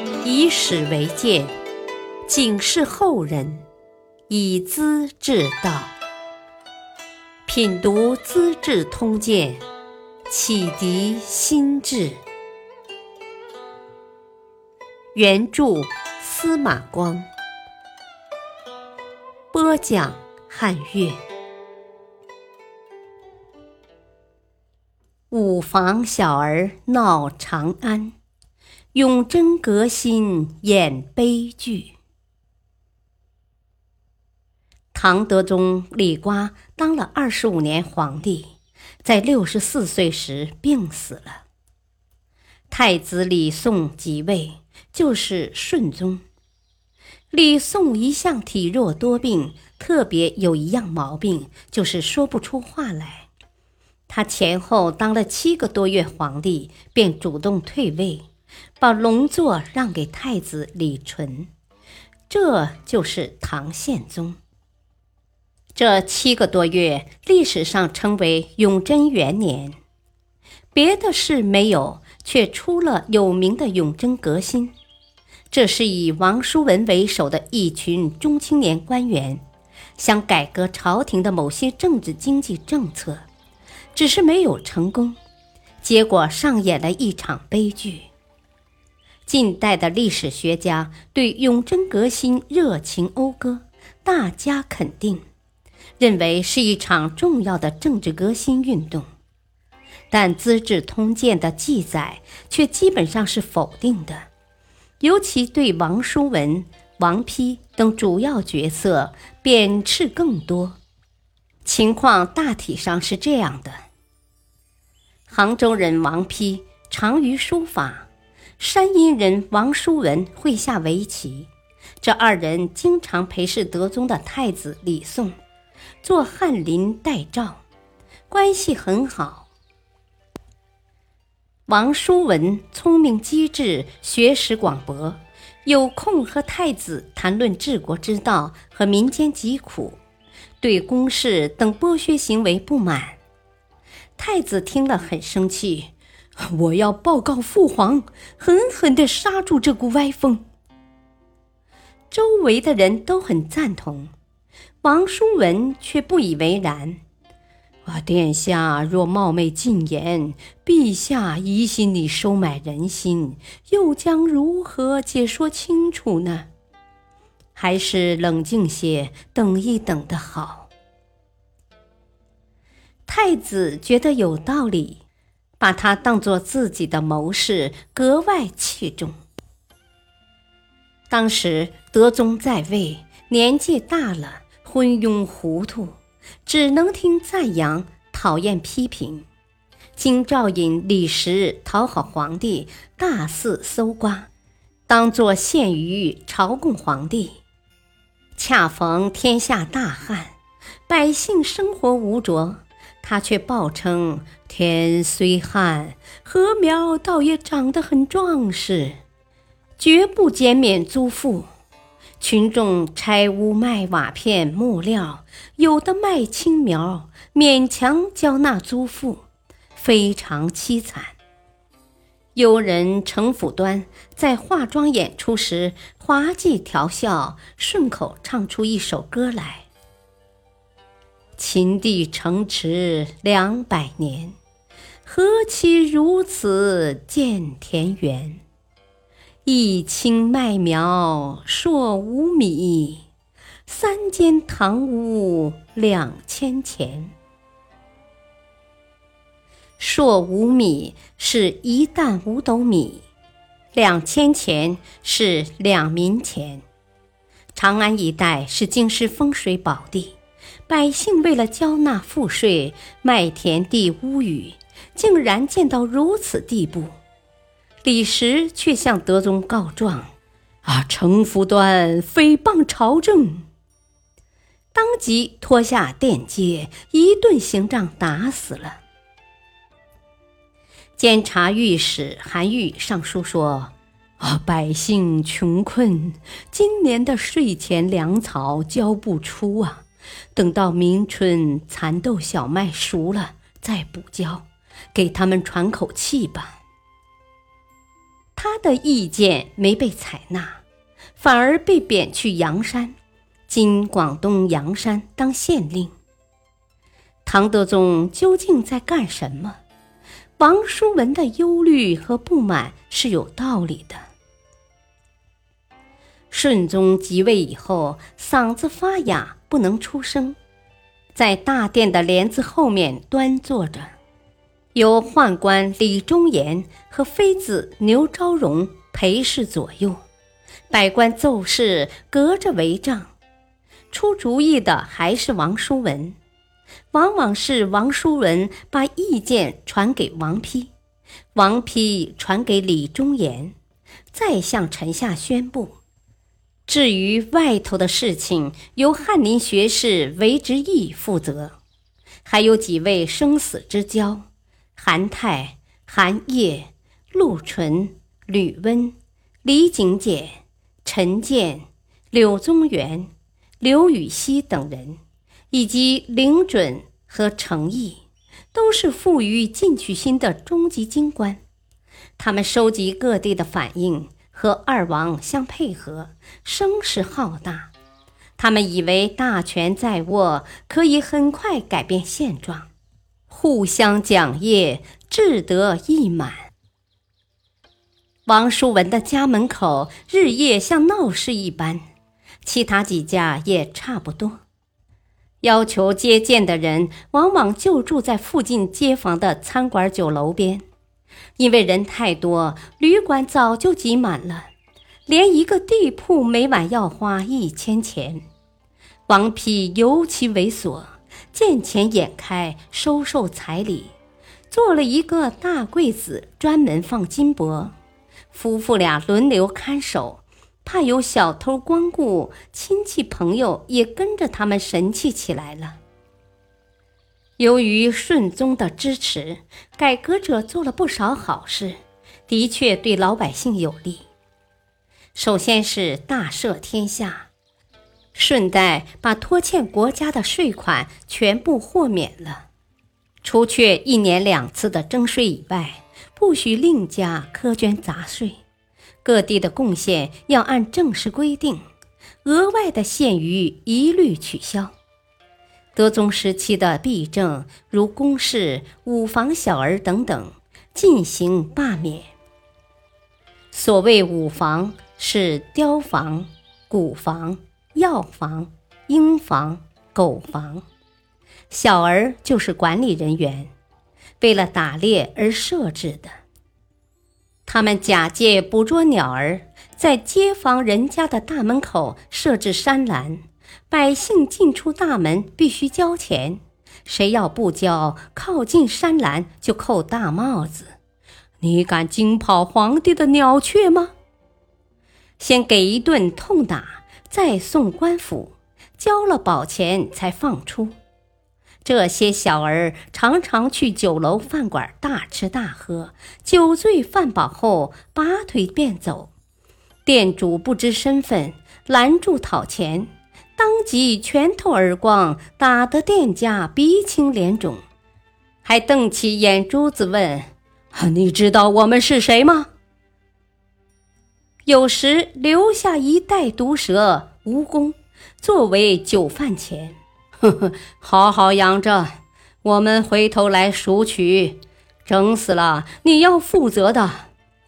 以史为鉴，警示后人，以资治道。品读《资治通鉴》，启迪心智。原著司马光，播讲汉乐。五房小儿闹长安，永贞革新演悲剧。唐德宗李瓜当了25年皇帝，在64岁时病死了。太子李诵即位，就是顺宗。李诵一向体弱多病，特别有一样毛病，就是说不出话来。他前后当了7个多月皇帝，便主动退位，把龙座让给太子李纯，这就是唐宪宗。这7个多月，历史上称为永贞元年。别的事没有，却出了有名的永贞革新。这是以王叔文为首的一群中青年官员，想改革朝廷的某些政治经济政策，只是没有成功，结果上演了一场悲剧。近代的历史学家对永贞革新热情讴歌，大加肯定，认为是一场重要的政治革新运动。但《资治通鉴》的记载却基本上是否定的，尤其对王叔文、王丕等主要角色贬斥更多。情况大体上是这样的：杭州人王丕长于书法，山阴人王叔文会下围棋，这2人经常陪侍德宗的太子李诵，做翰林待诏，关系很好。王叔文聪明机智，学识广博，有空和太子谈论治国之道和民间疾苦，对公事等剥削行为不满。太子听了很生气，我要报告父皇，狠狠地杀住这股歪风。周围的人都很赞同，王叔文却不以为然。殿下若冒昧进言，陛下疑心你收买人心，又将如何解说清楚呢？还是冷静些，等一等的好。太子觉得有道理，把他当作自己的谋士，格外器重。当时德宗在位，年纪大了，昏庸糊涂，只能听赞扬，讨厌批评。经诏引李时讨好皇帝，大肆搜刮，当作献于朝贡皇帝。恰逢天下大旱，百姓生活无着，他却报称天虽旱，禾苗倒也长得很壮实，绝不减免租赋。群众拆屋卖瓦片木料，有的卖青苗，勉强交纳租赋，非常凄惨。有人程辅端在化妆演出时滑稽调笑，顺口唱出一首歌来：秦地城池200年，何其如此见田园。一顷麦苗硕5米，3间堂屋2000钱。硕5米是1担5斗米，2000钱是2民钱。长安一带是京师风水宝地，百姓为了交纳赋税，卖田地屋宇，竟然贱到如此地步。李时却向德宗告状：程辅端诽谤朝政，当即脱下电阶，一顿刑杖打死了。监察御史韩愈上书说：百姓穷困，今年的税前粮草交不出啊，等到明春蚕豆小麦熟了再补交，给他们喘口气吧。 他的意见没被采纳，反而被贬去阳山（今广东阳山）当县令。唐德宗究竟在干什么？王叔文的忧虑和不满是有道理的。顺宗即位以后，嗓子发哑，不能出声，在大殿的帘子后面端坐着，由宦官李忠言和妃子牛昭容陪侍左右，百官奏事隔着帷帐。出主意的还是王叔文，往往是王叔文把意见传给王丕，王丕传给李忠言，再向臣下宣布。至于外头的事情，由翰林学士韦执义负责，还有几位生死之交，韩泰、韩烨、陆纯、吕温、李景简、陈建、柳宗元、刘禹锡等人，以及凌准和程颐，都是富于进取心的中级京官。他们收集各地的反应，和二王相配合，声势浩大。他们以为大权在握，可以很快改变现状，互相奖业，志得意满。王叔文的家门口日夜像闹市一般，其他几家也差不多。要求接见的人往往就住在附近街坊的餐馆酒楼边，因为人太多，旅馆早就挤满了，连一个地铺每晚要花1000钱。王丕尤其猥琐，见钱眼开，收受彩礼，做了一个大柜子，专门放金帛，夫妇俩轮流看守，怕有小偷光顾，亲戚朋友也跟着他们神气起来了。由于顺宗的支持，改革者做了不少好事，的确对老百姓有利。首先是大赦天下，顺带把拖欠国家的税款全部豁免了，除却1年2次的征税以外，不许另加苛捐杂税。各地的贡献要按正式规定，额外的县余一律取消。德宗时期的弊政，如宫室、舞房小儿等等，进行罢免。所谓舞房是雕房、鼓房、药房、鹰房、狗房，小儿就是管理人员，为了打猎而设置的。他们假借捕捉鸟儿，在街坊人家的大门口设置山栏，百姓进出大门必须交钱，谁要不交，靠近山栏就扣大帽子。你敢惊跑皇帝的鸟雀吗？先给一顿痛打，再送官府，交了宝钱才放出。这些小儿常常去酒楼饭馆大吃大喝，酒醉饭饱后拔腿便走，店主不知身份，拦住讨钱，当即拳头耳光，打得店家鼻青脸肿，还瞪起眼珠子问：你知道我们是谁吗？有时留下一袋毒蛇、蜈蚣作为酒饭钱，好好养着，我们回头来赎取，整死了你要负责的。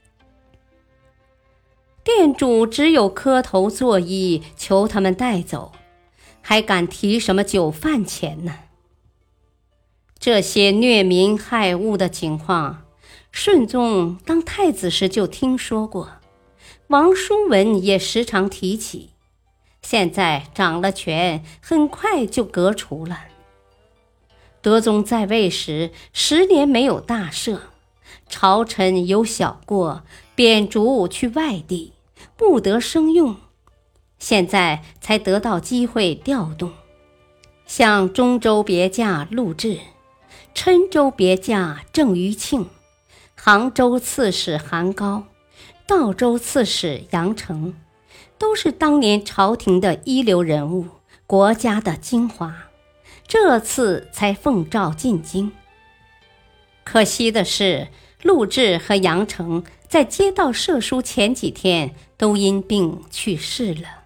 店主只有磕头作揖，求他们带走，还敢提什么酒饭钱呢？这些虐民害物的情况，顺宗当太子时就听说过，王叔文也时常提起，现在掌了权，很快就革除了。德宗在位时10年没有大赦，朝臣有小过，贬逐去外地，不得升用，现在才得到机会调动。像中州别驾陆贽，郴州别驾郑余庆，杭州刺史韩高，道州刺史杨成，都是当年朝廷的一流人物，国家的精华，这次才奉诏进京。可惜的是，陆贽和杨成在接到赦书前几天都因病去世了。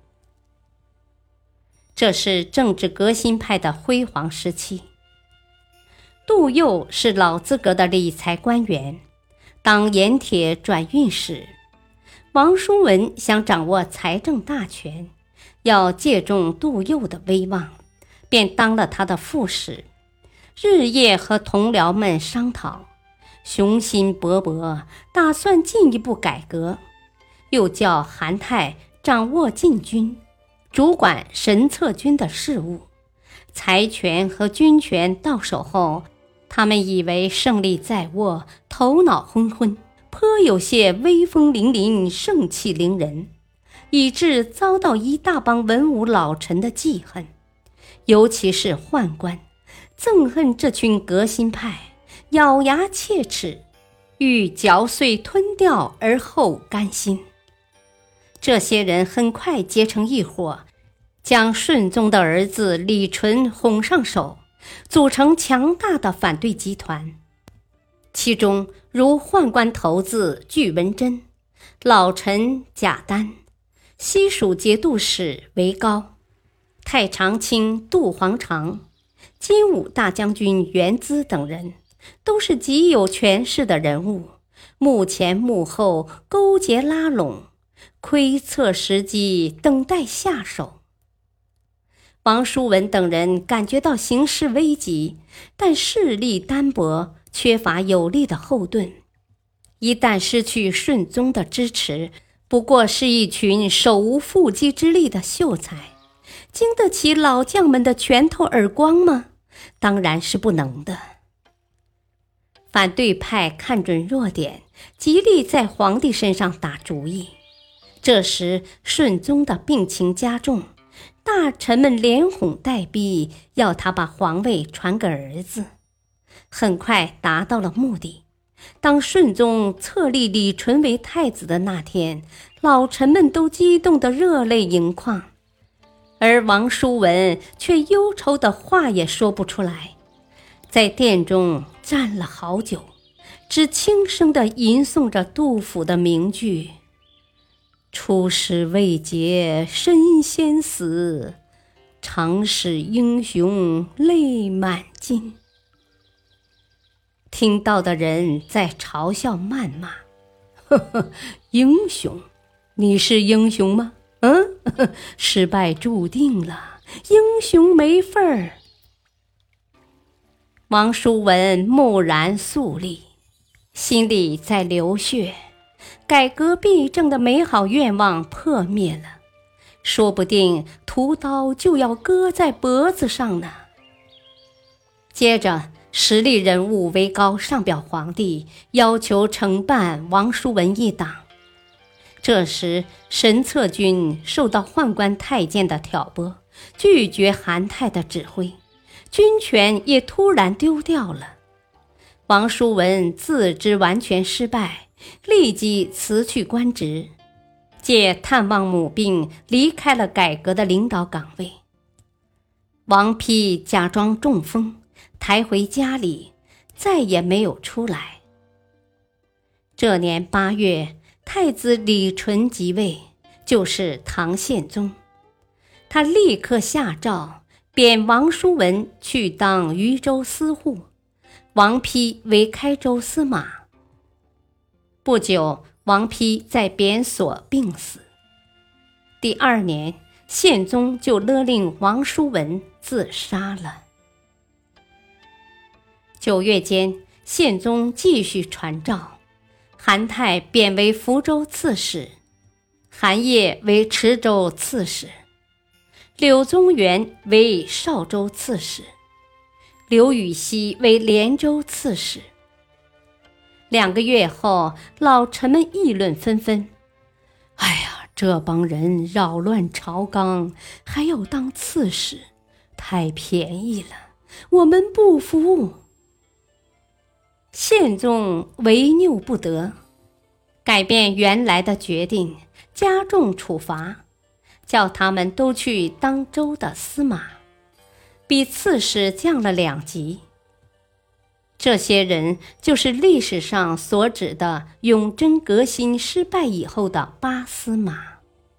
这是政治革新派的辉煌时期。杜佑是老资格的理财官员，当盐铁转运使。王叔文想掌握财政大权，要借重杜佑的威望，便当了他的副使，日夜和同僚们商讨，雄心勃勃，打算进一步改革，又叫韩泰掌握禁军，主管神策军的事务。财权和军权到手后，他们以为胜利在握，头脑昏昏，颇有些威风凛凛，盛气凌人，以致遭到一大帮文武老臣的记恨，尤其是宦官，憎恨这群革新派，咬牙切齿，欲嚼碎吞掉而后甘心。这些人很快结成一伙，将顺宗的儿子李纯哄上手，组成强大的反对集团。其中如宦官头子巨文贞、老臣贾丹、西蜀节度使韦高、太常卿杜黄长、金武大将军袁资等人，都是极有权势的人物，幕前幕后勾结拉拢，窥测时机，等待下手。王叔文等人感觉到形势危急，但势力单薄，缺乏有力的后盾，一旦失去顺宗的支持，不过是一群手无缚鸡之力的秀才，经得起老将们的拳头耳光吗？当然是不能的。反对派看准弱点，极力在皇帝身上打主意。这时顺宗的病情加重，大臣们连哄带逼，要他把皇位传给儿子。很快达到了目的。当顺宗册立李纯为太子的那天，老臣们都激动得热泪盈眶，而王叔文却忧愁的话也说不出来，在殿中站了好久，只轻声地吟诵着杜甫的名句：出师未捷身先死，长使英雄泪满襟。听到的人在嘲笑谩骂：呵呵，英雄？你是英雄吗？失败注定了，英雄没份儿。王叔文木然肃立，心里在流血，改革弊政的美好愿望破灭了，说不定屠刀就要割在脖子上呢。接着实力人物韦高上表皇帝，要求惩办王叔文一党。这时神策军受到宦官太监的挑拨，拒绝韩泰的指挥，军权也突然丢掉了。王叔文自知完全失败，立即辞去官职，借探望母病离开了改革的领导岗位。王丕假装中风，抬回家里，再也没有出来。这年8月，太子李纯即位，就是唐宪宗。他立刻下诏贬王叔文去当渝州司户，王丕为开州司马。不久，王丕在贬所病死。第2年，宪宗就勒令王叔文自杀了。9月间，宪宗继续传诏，韩泰贬为福州刺史，韩晔为池州刺史，柳宗元为邵州刺史，刘禹锡为连州刺史。2个月后，老臣们议论纷纷：哎呀，这帮人扰乱朝纲，还要当刺史，太便宜了，我们不服。宪宗为拗不得，改变原来的决定，加重处罚，叫他们都去当州的司马，比刺史降了2级。 这些人就是历史上所指的永贞革新失败以后的八司马。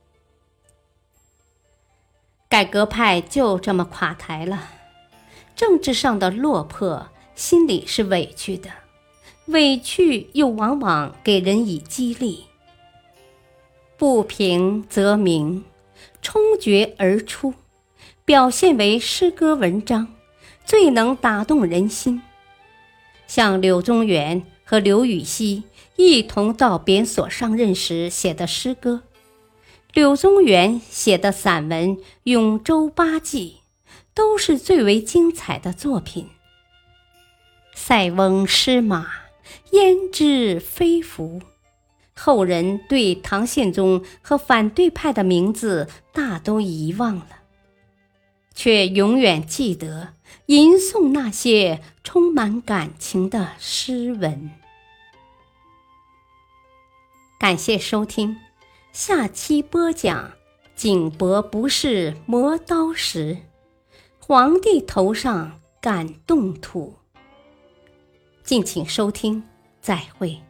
改革派就这么垮台了，政治上的落魄，心里是委屈的，委屈又往往给人以激励。不平则鸣，冲决而出，表现为诗歌文章，最能打动人心。像柳宗元和刘禹锡一同到贬所上任时写的诗歌，柳宗元写的散文《永州八记》都是最为精彩的作品。塞翁失马，焉知非福，后人对唐宪宗和反对派的名字大都遗忘了，却永远记得吟诵那些充满感情的诗文。感谢收听，下期播讲景伯不是磨刀石，皇帝头上感动土。敬请收听，再会。